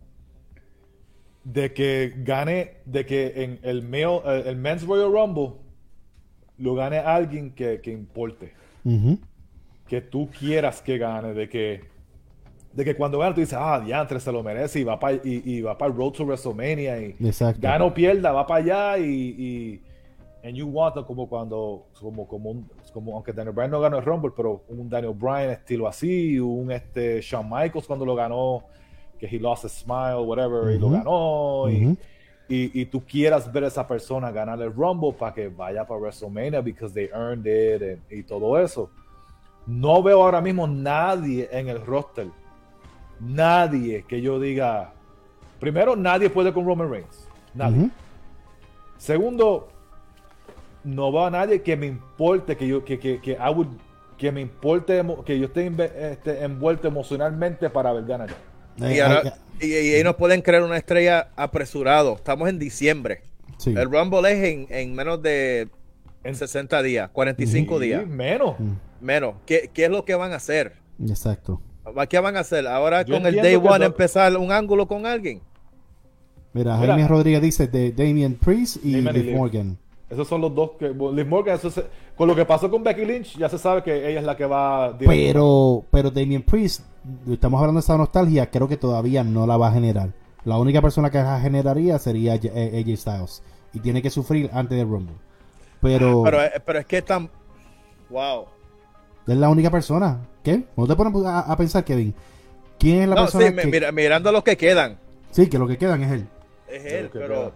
de que en el Men's Royal Rumble lo gane alguien que importe, que tú quieras que gane, de que cuando gana tú dices, diantre, se lo merece y va para el Road to WrestleMania y gana o pierda, va para allá y and you want them, como aunque Daniel Bryan no ganó el Rumble, pero un Daniel Bryan estilo así, un Shawn Michaels cuando lo ganó, que he lost a smile, whatever, y lo ganó, y tú quieras ver a esa persona ganar el Rumble para que vaya para WrestleMania because they earned it y todo eso. No veo ahora mismo nadie en el roster, nadie que yo diga, primero, nadie puede con Roman Reigns, nadie. Segundo, no veo a nadie que me importe, que me importe, que yo esté envuelto emocionalmente para ver ganar. Y ahí nos pueden crear una estrella apresurado. Estamos en diciembre. El Rumble es en menos de 60 días, 45 días. Menos. ¿Qué es lo que van a hacer? Exacto. ¿Qué van a hacer? Ahora yo con el Day One empezar un ángulo con alguien. Mira, Jaime Rodríguez dice de Damian Priest y Liv Morgan. Esos son los dos que... Liv Morgan, con lo que pasó con Becky Lynch, ya se sabe que ella es la que va... Pero Damian Priest, estamos hablando de esa nostalgia, creo que todavía no la va a generar. La única persona que la generaría sería AJ Styles. Y tiene que sufrir antes del Rumble. Pero es que tan... Wow. Es la única persona. ¿Qué? ¿No te pones a pensar, Kevin? ¿Quién es la persona mirando a los que quedan. Sí, que lo que quedan es él. Es él, pero...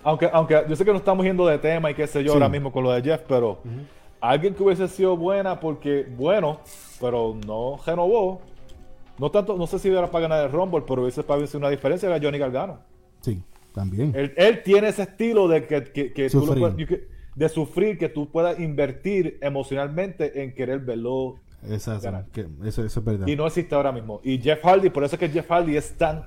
aunque yo sé que no estamos yendo de tema y qué sé yo ahora mismo con lo de Jeff, pero alguien que hubiese sido buena pero no renovó. No tanto, no sé si era para ganar el Rumble, pero hubiese para hacer una diferencia, era Johnny Gargano. Sí, también. Él tiene ese estilo de que tú de sufrir, que tú puedas invertir emocionalmente en querer verlo. Eso es verdad. Y no existe ahora mismo. Y Jeff Hardy, por eso es que Jeff Hardy es tan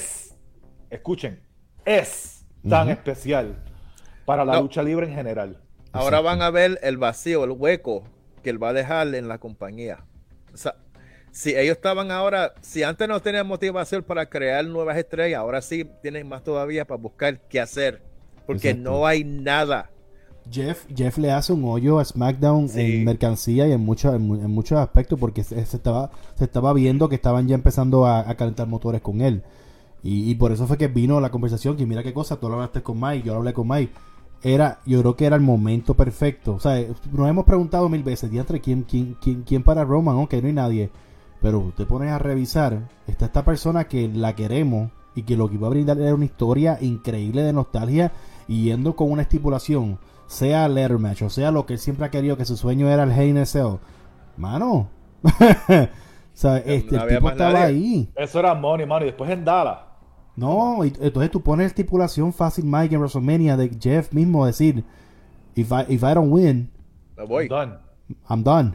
especial para la lucha libre en general. Ahora van a ver el vacío, el hueco que él va a dejar en la compañía. O sea, si ellos estaban ahora, si antes no tenían motivación para crear nuevas estrellas, ahora sí tienen más todavía para buscar qué hacer, porque no hay nada. Jeff le hace un hoyo a SmackDown en mercancía y en muchos aspectos, porque se estaba viendo que estaban ya empezando a calentar motores con él, y por eso fue que vino la conversación, que mira qué cosa, tú lo hablaste con Mike, yo lo hablé con Mike, yo creo que era el momento perfecto. O sea, nos hemos preguntado 1000 veces, diantre, ¿quién para Roman? Ok, no hay nadie, pero te pones a revisar, está esta persona que la queremos y que lo que iba a brindar era una historia increíble de nostalgia, y yendo con una estipulación, sea el ladder match, o sea lo que él siempre ha querido, que su sueño era el Hell in a Cell, mano. O sea, el tipo estaba ahí. Eso era money, y después en Dallas. No, y entonces tú pones estipulación fácil, Mike, en WrestleMania, de Jeff mismo decir, if I don't win, I'm done.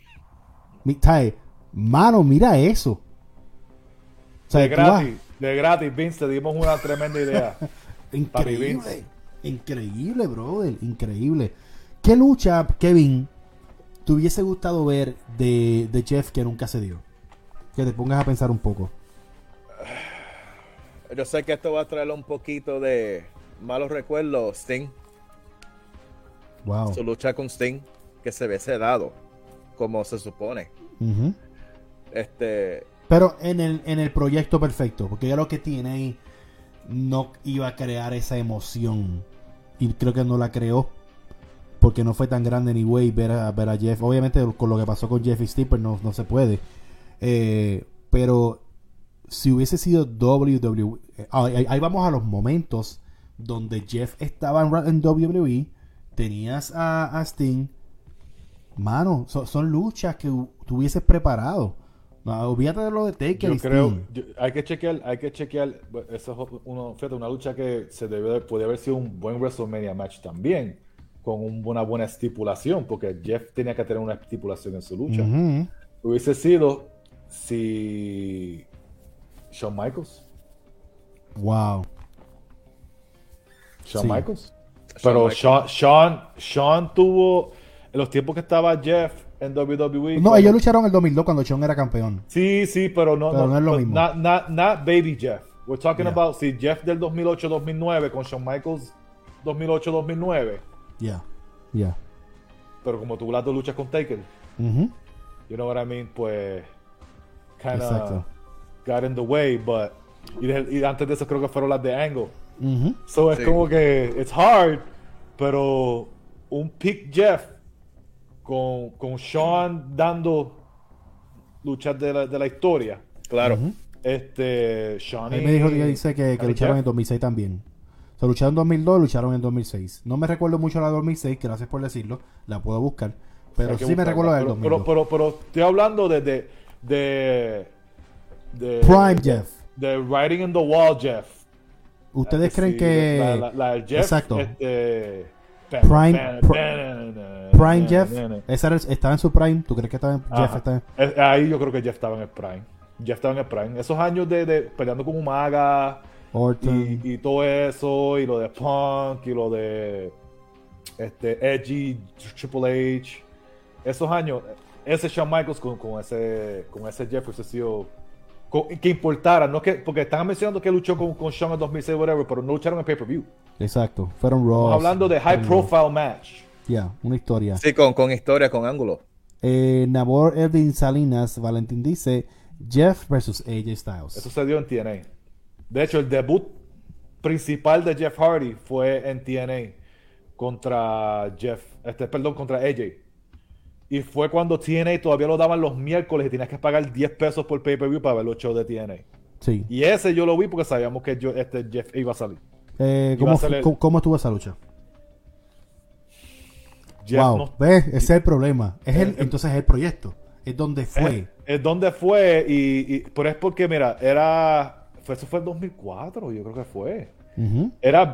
Mano, mira eso. O sea, de gratis, Vince, te dimos una tremenda idea. Increíble, brother, increíble. ¿Qué lucha, Kevin, te hubiese gustado ver de Jeff que nunca se dio? Que te pongas a pensar un poco. Yo sé que esto va a traerle un poquito de malos recuerdos. Sting. Wow. Su lucha con Sting, que se hubiese dado como se supone. Uh-huh. Pero en el proyecto perfecto, porque ya lo que tiene ahí no iba a crear esa emoción, y creo que no la creó porque no fue tan grande anyway ver a Jeff. Obviamente con lo que pasó con Jeff y Steve pues no se puede, pero si hubiese sido WWE, ahí vamos a los momentos donde Jeff estaba en WWE, tenías a Sting, mano, son luchas que tú hubieses preparado. No, olvídate de lo de Taker. Yo creo, hay que chequear, eso es una lucha que puede haber sido un buen WrestleMania match también, con una buena estipulación, porque Jeff tenía que tener una estipulación en su lucha. Uh-huh. Hubiese sido si Shawn Michaels. Wow. Shawn Michaels. Pero Shawn tuvo, en los tiempos que estaba Jeff en WWE. No, ellos lucharon en el 2002 cuando Shawn era campeón. Sí, pero no es lo mismo. Not Baby Jeff. We're talking about Jeff del 2008-2009 con Shawn Michaels 2008-2009. Yeah. Pero como tuvo las dos luchas con Taker. Uh-huh. You know what I mean? Pues kinda got in the way, but y antes de eso creo que fueron las de Angle. Uh-huh. So es como que it's hard, pero un peak Jeff con Shawn dando luchas de la historia. Claro. Uh-huh. Shawn él me dijo que dice que lucharon en 2006 también. O sea, lucharon en 2002, lucharon en 2006. No me recuerdo mucho la de 2006, gracias por decirlo. La puedo buscar. Pero sí me recuerdo la del 2002. Pero estoy hablando de Prime Jeff. De Writing in the Wall Jeff. ¿Ustedes creen que la Jeff? Exacto. Prime Jeff, estaba en su prime. ¿Tú crees que Jeff ahí yo creo que Jeff estaba en el prime. Esos años de peleando con Umaga y todo eso, y lo de Punk, y lo de Edgy, Triple H. Esos años, ese Shawn Michaels con ese Jeff hubiese sido que importara, no que, porque están mencionando que luchó con Shawn en 2006, whatever, pero no lucharon en pay-per-view. Exacto, fueron Raw. Estamos hablando de high profile match. Una historia. Sí, con historia, con ángulo. Nabor Edwin Salinas Valentín dice Jeff versus AJ Styles. Eso se dio en TNA. De hecho, el debut principal de Jeff Hardy fue en TNA contra AJ. Y fue cuando TNA todavía lo daban los miércoles y tenías que pagar $10 por pay-per-view para ver los shows de TNA. Sí. Y ese yo lo vi porque sabíamos que Jeff iba a salir. ¿Cómo estuvo esa lucha? Jeff wow, ¿ves? Ese es el problema. Entonces es el proyecto. Es donde fue. Es donde fue. Pero es porque, mira, eso fue en 2004, yo creo que fue. Uh-huh.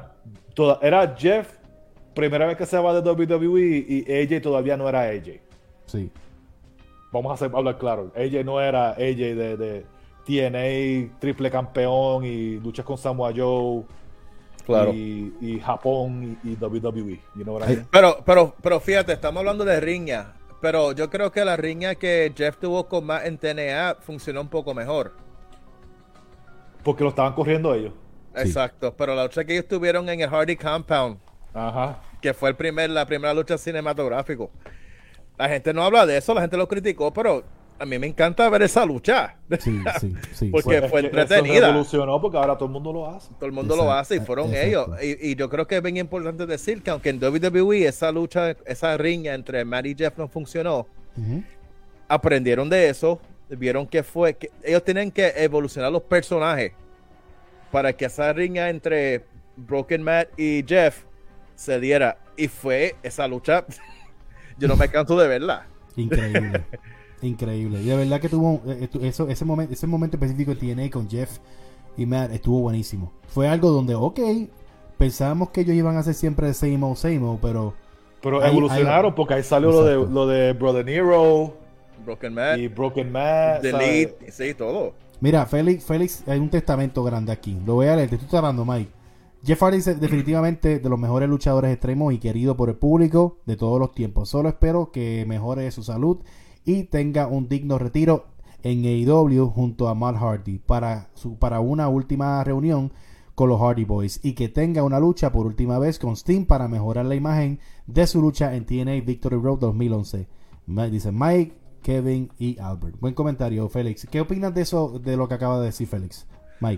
Era Jeff, primera vez que se va de WWE, y AJ todavía no era AJ. Sí. Vamos a hablar claro. AJ no era AJ de TNA, triple campeón y luchas con Samoa Joe. Claro. Y Japón y WWE. You know what I mean? Pero fíjate, estamos hablando de riña. Pero yo creo que la riña que Jeff tuvo con Matt en TNA funcionó un poco mejor. Porque lo estaban corriendo ellos. Exacto, sí. Pero la lucha que ellos tuvieron en el Hardy Compound, ajá, que fue la primera lucha cinematográfica. La gente no habla de eso, la gente lo criticó, pero a mí me encanta ver esa lucha. Sí. Porque fue entretenida. Eso revolucionó porque ahora todo el mundo lo hace. Todo el mundo lo hace y fueron ellos. Y yo creo que es bien importante decir que aunque en WWE esa lucha, esa riña entre Matt y Jeff no funcionó, uh-huh, aprendieron de eso, vieron que ellos tienen que evolucionar los personajes para que esa riña entre Broken Matt y Jeff se diera. Y fue esa lucha, yo no me canso de verla. Increíble. Increíble. Y de verdad que tuvo ese momento específico de TNA con Jeff y Matt estuvo buenísimo. Fue algo donde, pensábamos que ellos iban a hacer siempre el same old, pero evolucionaron porque ahí salió lo de Brother Nero, Broken Matt y Broken Matt, Delete, sí, todo. Mira, Félix, hay un testamento grande aquí. Lo voy a leer, te estoy hablando, Mike. Jeff Hardy es definitivamente de los mejores luchadores extremos y querido por el público de todos los tiempos. Solo espero que mejore su salud y tenga un digno retiro en AEW junto a Matt Hardy para una última reunión con los Hardy Boys y que tenga una lucha por última vez con Sting para mejorar la imagen de su lucha en TNA Victory Road 2011. Dice Mike, Kevin y Albert. Buen comentario, Félix. ¿Qué opinas de eso, de lo que acaba de decir Félix? Mike.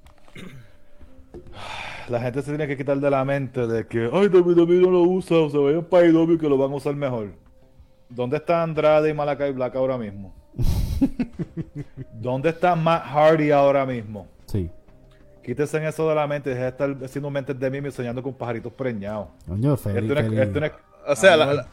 La gente se tiene que quitar de la mente de que WWE no lo usa, o se vayan para AEW que lo van a usar mejor. ¿Dónde está Andrade y Malakai Black ahora mismo? ¿Dónde está Matt Hardy ahora mismo? Sí. Quítense eso de la mente, dejen de estar haciendo mentes de mí y soñando con pajaritos preñados. Coño, Félix. O sea,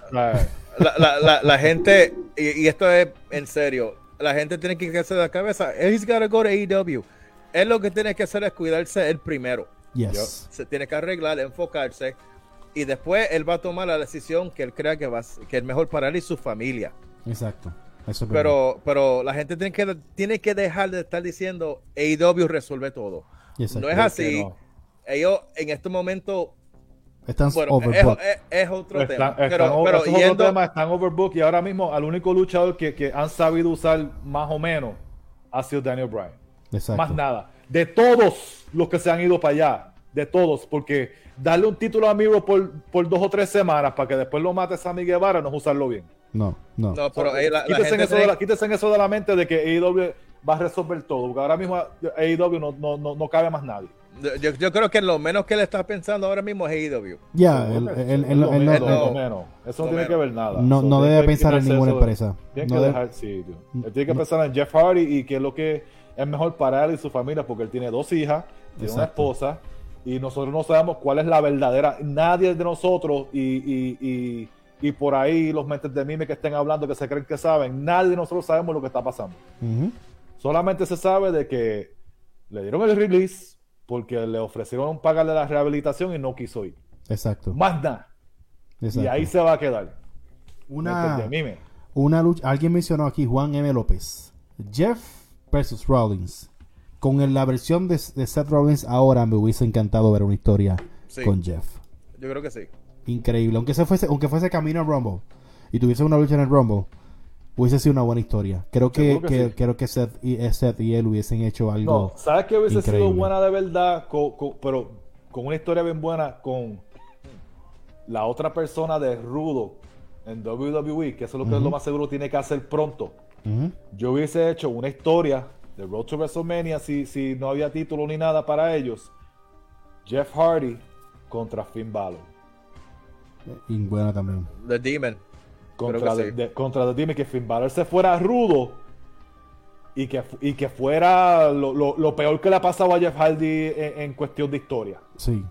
la gente, y esto es en serio, la gente tiene que quitarse de la cabeza. He's gotta go to AEW. Él lo que tiene que hacer es cuidarse él primero. Yes. Se tiene que arreglar, enfocarse. Y después él va a tomar la decisión que él crea que es mejor para él y su familia. Exacto. Eso es pero la gente tiene que dejar de estar diciendo AEW resuelve todo. Exacto. No es así. No. Ellos en este momento están es otro tema. Están overbooked y ahora mismo al único luchador que han sabido usar más o menos ha sido Daniel Bryan. Exacto. Más nada. De todos los que se han ido para allá. De todos. Porque darle un título a Miro por 2 o 3 semanas para que después lo mate Sammy Guevara no es usarlo bien. No, pero quítense eso de la mente de que AEW va a resolver todo. Porque ahora mismo AEW no cabe más nadie. Yo creo que lo menos que él está pensando ahora mismo es AEW. Ya, lo menos. Eso no tiene que ver nada. No debe pensar en ninguna empresa. Tiene que dejar sitio. Él tiene que pensar en Jeff Hardy y que es lo que es mejor para él y su familia, porque él tiene 2 hijas, tiene una esposa, y nosotros no sabemos cuál es la verdadera. Nadie de nosotros y por ahí los mentes de mime que estén hablando que se creen que saben, nadie de nosotros sabemos lo que está pasando. Uh-huh. Solamente se sabe de que le dieron el release porque le ofrecieron pagarle la rehabilitación y no quiso ir. Exacto. Más nada. Y ahí se va a quedar. Una lucha. Alguien mencionó aquí Juan M. López. Jeff versus Rollins. Con la versión de Seth Rollins ahora me hubiese encantado ver una historia con Jeff. Yo creo que sí. Increíble. Aunque fuese camino al Rumble y tuviese una lucha en el Rumble, hubiese sido una buena historia. Creo que Seth y él hubiesen hecho algo. No, ¿sabes qué hubiese sido buena de verdad? Pero con una historia bien buena con la otra persona de Rudo en WWE, que eso es lo que lo más seguro tiene que hacer pronto. Uh-huh. Yo hubiese hecho una historia de Road to WrestleMania si no había título ni nada para ellos. Jeff Hardy contra Finn Balor. Y buena también. The Demon. Contra The Demon, que Finn Balor se fuera rudo y que fuera lo peor que le ha pasado a Jeff Hardy en cuestión de historia. Sí.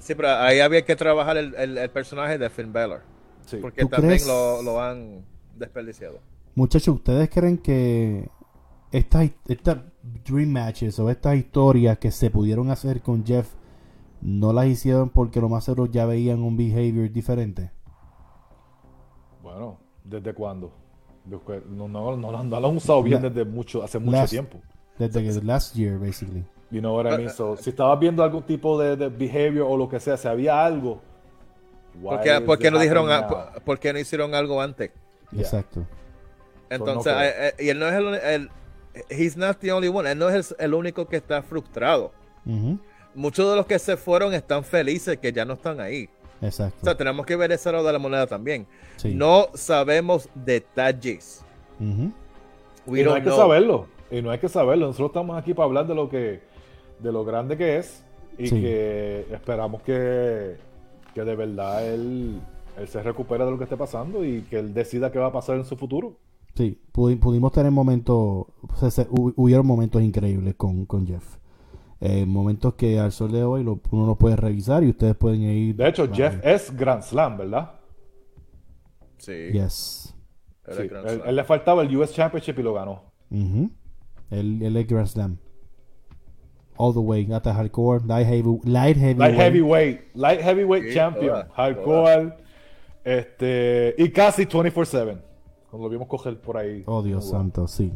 Sí, pero ahí había que trabajar el personaje de Finn Balor. Sí. Porque también lo han desperdiciado. Muchachos, ¿ustedes creen que estas Dream Matches o estas historias que se pudieron hacer con Jeff no las hicieron porque lo más seguro ya veían un behavior diferente? Bueno, ¿desde cuándo? No lo han usado bien desde hace mucho tiempo. Desde que last year, basically. You know what I mean? So, si estabas viendo algún tipo de behavior o lo que sea, si había algo. ¿Por qué no dijeron por qué no hicieron algo antes? Yeah. Exacto. Entonces, y él no es he's not the only one. Él no es el único que está frustrado. Uh-huh. Muchos de los que se fueron están felices que ya no están ahí. Exacto. O sea, tenemos que ver ese lado de la moneda también. Sí. No sabemos detalles. Uh-huh. Y no hay que saberlo. Y no hay que saberlo. Nosotros estamos aquí para hablar de lo grande que es y que esperamos que de verdad él se recupere de lo que esté pasando y que él decida qué va a pasar en su futuro. Sí, pudimos tener momentos, hubieron momentos increíbles con Jeff. Momentos que al sol de hoy uno los puede revisar y ustedes pueden ir. De hecho, Jeff es Grand Slam, ¿verdad? Sí. Yes. Sí. Él le faltaba el US Championship y lo ganó. Uh-huh. Él es Grand Slam. All the way, hasta hardcore, light heavyweight sí, champion, hardcore, y casi 24/7. Cuando lo vimos coger por ahí. Oh, Dios santo, sí.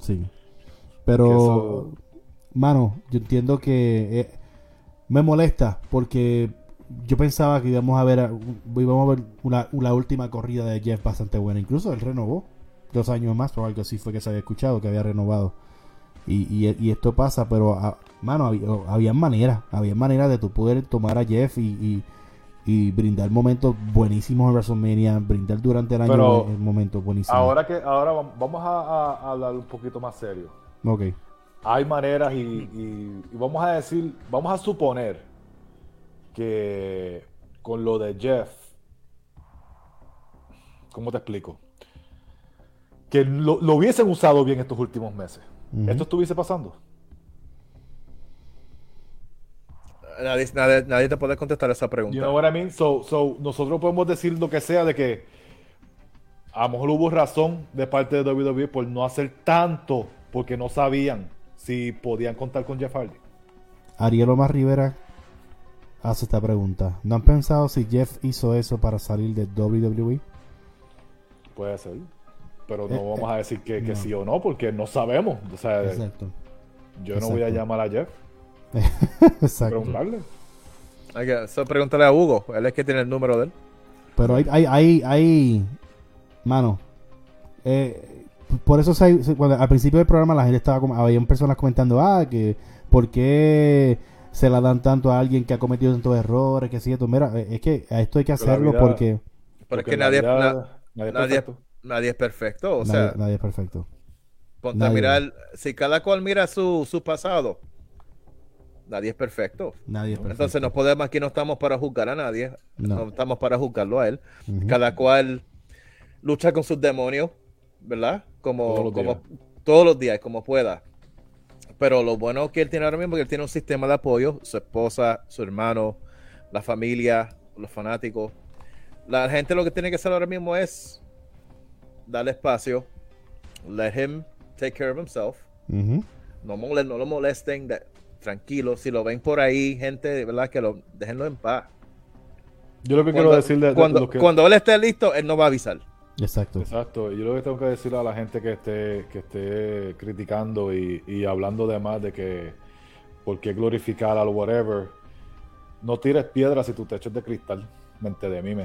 Pero, mano, yo entiendo que me molesta porque yo pensaba que íbamos a ver la última corrida de Jeff bastante buena. Incluso él renovó 2 años más o algo así fue que se había escuchado que había renovado. Y esto pasa, pero mano, había maneras de tu poder tomar a Jeff y brindar momentos buenísimos en WrestleMania, brindar durante el año momentos buenísimos. Ahora vamos a hablar un poquito más serio. Okay. Hay maneras y vamos a suponer que con lo de Jeff, ¿cómo te explico? Que lo hubiesen usado bien estos últimos meses. Uh-huh. ¿Esto estuviese pasando? Nadie te puede contestar esa pregunta. You know what I mean? So, nosotros podemos decir lo que sea de que a lo mejor hubo razón de parte de WWE por no hacer tanto porque no sabían si podían contar con Jeff Hardy. Ariel Omar Rivera hace esta pregunta. ¿No han pensado si Jeff hizo eso para salir de WWE? Puede ser. Pero no vamos a decir que sí o no, porque no sabemos. O sea, exacto. Yo no voy a llamar a Jeff. Exacto. Preguntarle. Pregúntale a Hugo. Él es que tiene el número de él. Pero hay mano. Por eso al principio del programa la gente había personas comentando que ¿por qué se la dan tanto a alguien que ha cometido tantos errores? Que cierto. Mira, es que a esto hay que hacerlo porque es que nadie es perfecto. O sea, nadie es perfecto. Ponte a mirar, si cada cual mira su pasado, nadie es perfecto. Entonces aquí no estamos para juzgar a nadie, no estamos para juzgarlo a él. Uh-huh. Cada cual lucha con sus demonios, ¿verdad? Como todos los días, como pueda. Pero lo bueno que él tiene ahora mismo es que él tiene un sistema de apoyo, su esposa, su hermano, la familia, los fanáticos. La gente lo que tiene que hacer ahora mismo es darle espacio, let him take care of himself. Uh-huh. No lo molesten, tranquilo. Si lo ven por ahí, gente, ¿verdad? Que déjenlo en paz. Yo lo que quiero decirle cuando él esté listo, él no va a avisar. Exacto. Yo lo que tengo que decirle a la gente que esté criticando y hablando de más de que por qué glorificar al whatever, no tires piedras si tu techo es de cristal. Mente de mí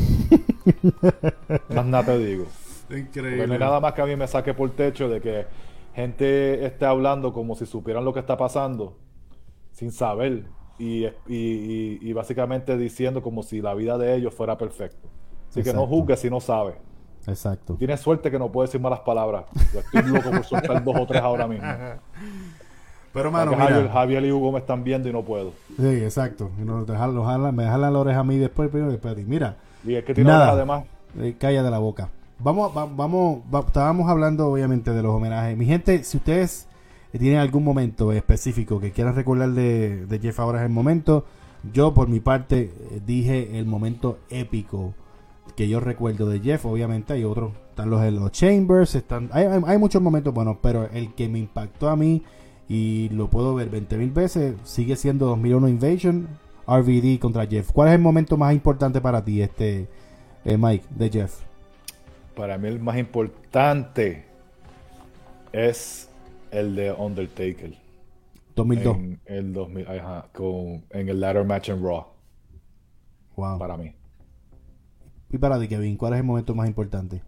más nada te digo. Increíble. Porque no hay nada más que a mí me saque por techo de que gente esté hablando como si supieran lo que está pasando sin saber y básicamente diciendo como si la vida de ellos fuera perfecto. Así que no juzgues si no sabes. Exacto. Tienes suerte que no puedes decir malas palabras. Yo estoy loco por soltar 2 o 3 ahora mismo. Pero mano, mira, Javier y Hugo me están viendo y no puedo. Sí, exacto. Y me jalan la oreja a mí después, primero después a ti. Mira. Y es que tiene oreja además. Cállate la boca. Estábamos hablando obviamente de los homenajes. Mi gente, si ustedes tienen algún momento específico que quieran recordar de Jeff ahora es el momento, Yo por mi parte dije el momento épico que yo recuerdo de Jeff. Obviamente hay otros, están los Chambers, hay muchos momentos buenos, pero el que me impactó a mí y lo puedo ver 20,000 veces sigue siendo 2001 Invasion, RVD contra Jeff. ¿Cuál es el momento más importante para ti, Mike, de Jeff? Para mí el más importante es el de Undertaker. 2002. En el 2000, en el ladder match en Raw. Wow. Para mí. Y para ti, Kevin, ¿cuál es el momento más importante?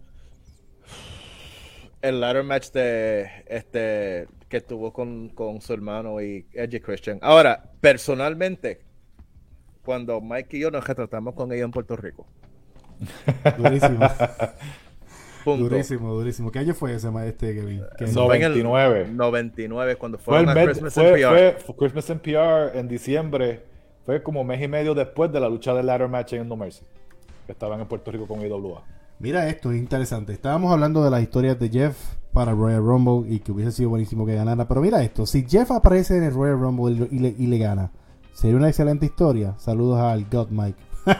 El ladder match de que tuvo con su hermano y Edge Christian. Ahora, personalmente, cuando Mike y yo nos retratamos con ellos en Puerto Rico. Durísimo. Punto. Durísimo. ¿Qué año fue ese, Kevin? 99. 99, cuando Fue fue el Christmas in PR. fue Christmas in PR en diciembre. Fue como mes y medio después de la lucha del ladder match en No Mercy, que estaban en Puerto Rico con IWA. Mira, esto es interesante. Estábamos hablando de las historias de Jeff para Royal Rumble y que hubiese sido buenísimo que ganara. Pero mira esto, si Jeff aparece en el Royal Rumble y le gana, sería una excelente historia. Saludos al God Mike.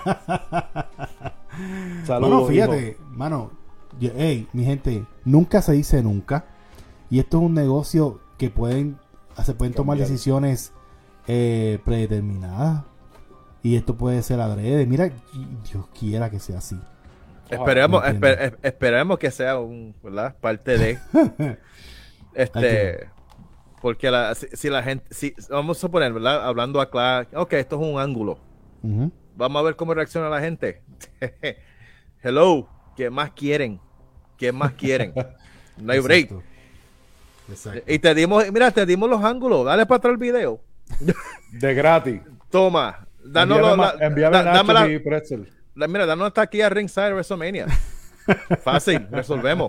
Saludos. Bueno, fíjate, mano, hey, mi gente, nunca se dice nunca. Y esto es un negocio que se pueden tomar decisiones predeterminadas. Y esto puede ser adrede. Mira, Dios quiera que sea así. Esperemos que sea ¿verdad? Parte de porque si la gente, vamos a suponer, ¿verdad? Hablando acá, ok, esto es un ángulo. Uh-huh. Vamos a ver cómo reacciona la gente. Hello, ¿qué más quieren? No hay break. Exacto. Y te dimos los ángulos. Dale para atrás el video. De gratis. Toma. Envíame nachos y pretzel. Mira, danos hasta aquí a Ringside WrestleMania. Fácil, resolvemos.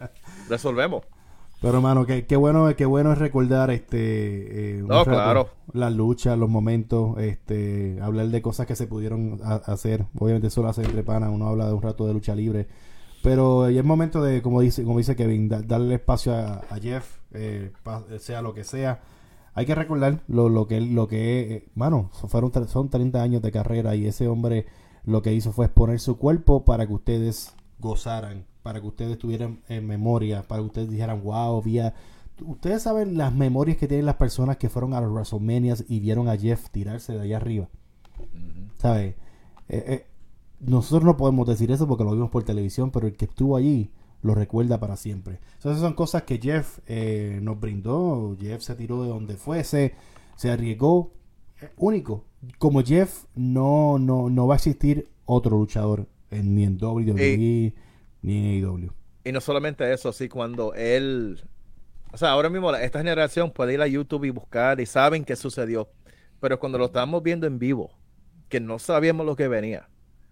Pero hermano, qué bueno es recordar claro, las luchas, los momentos, hablar de cosas que se pudieron hacer. Obviamente solo hace entre panas, uno habla de un rato de lucha libre. Pero ya es momento de, como dice Kevin, darle espacio a Jeff, sea lo que sea. Hay que recordar lo que mano, son 30 años de carrera y ese hombre lo que hizo fue exponer su cuerpo para que ustedes gozaran, para que ustedes tuvieran en memoria, para que ustedes dijeran, wow, ustedes saben las memorias que tienen las personas que fueron a los WrestleManias y vieron a Jeff tirarse de allá arriba. Uh-huh. ¿Sabes? Nosotros no podemos decir eso porque lo vimos por televisión, pero el que estuvo allí lo recuerda para siempre. Entonces son cosas que Jeff nos brindó. Jeff se tiró de donde fuese, se arriesgó, único. Como Jeff no va a existir otro luchador ni en WWE ni en AEW. Y no solamente eso, sí, cuando él, o sea, ahora mismo esta generación puede ir a YouTube y buscar y saben qué sucedió, pero cuando lo estábamos viendo en vivo, que no sabíamos lo que venía,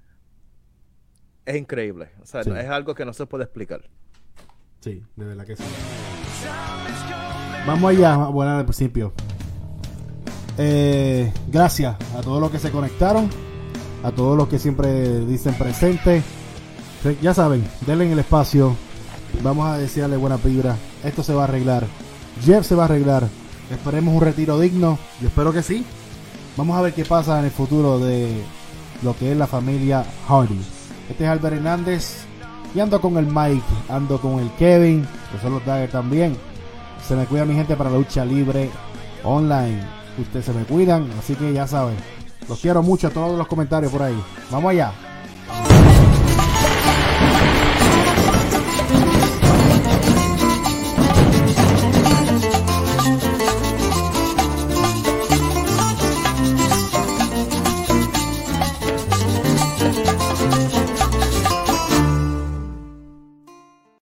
es increíble. O sea, sí, es algo que no se puede explicar. Sí, de verdad que sí. Vamos allá, bueno, al principio. Gracias a todos los que se conectaron, a todos los que siempre dicen presente. Ya saben, denle en el espacio. Vamos a desearle buena vibra. Esto se va a arreglar. Jeff se va a arreglar. Esperemos un retiro digno. Yo espero que sí. Vamos a ver qué pasa en el futuro de lo que es la familia Hardy. Este es Albert Hernández y ando con el Mike, ando con el Kevin, que son los Dagger también. Se me cuida mi gente para la lucha libre online. Ustedes se me cuidan, así que ya saben. Los quiero mucho a todos los comentarios por ahí. Vamos allá.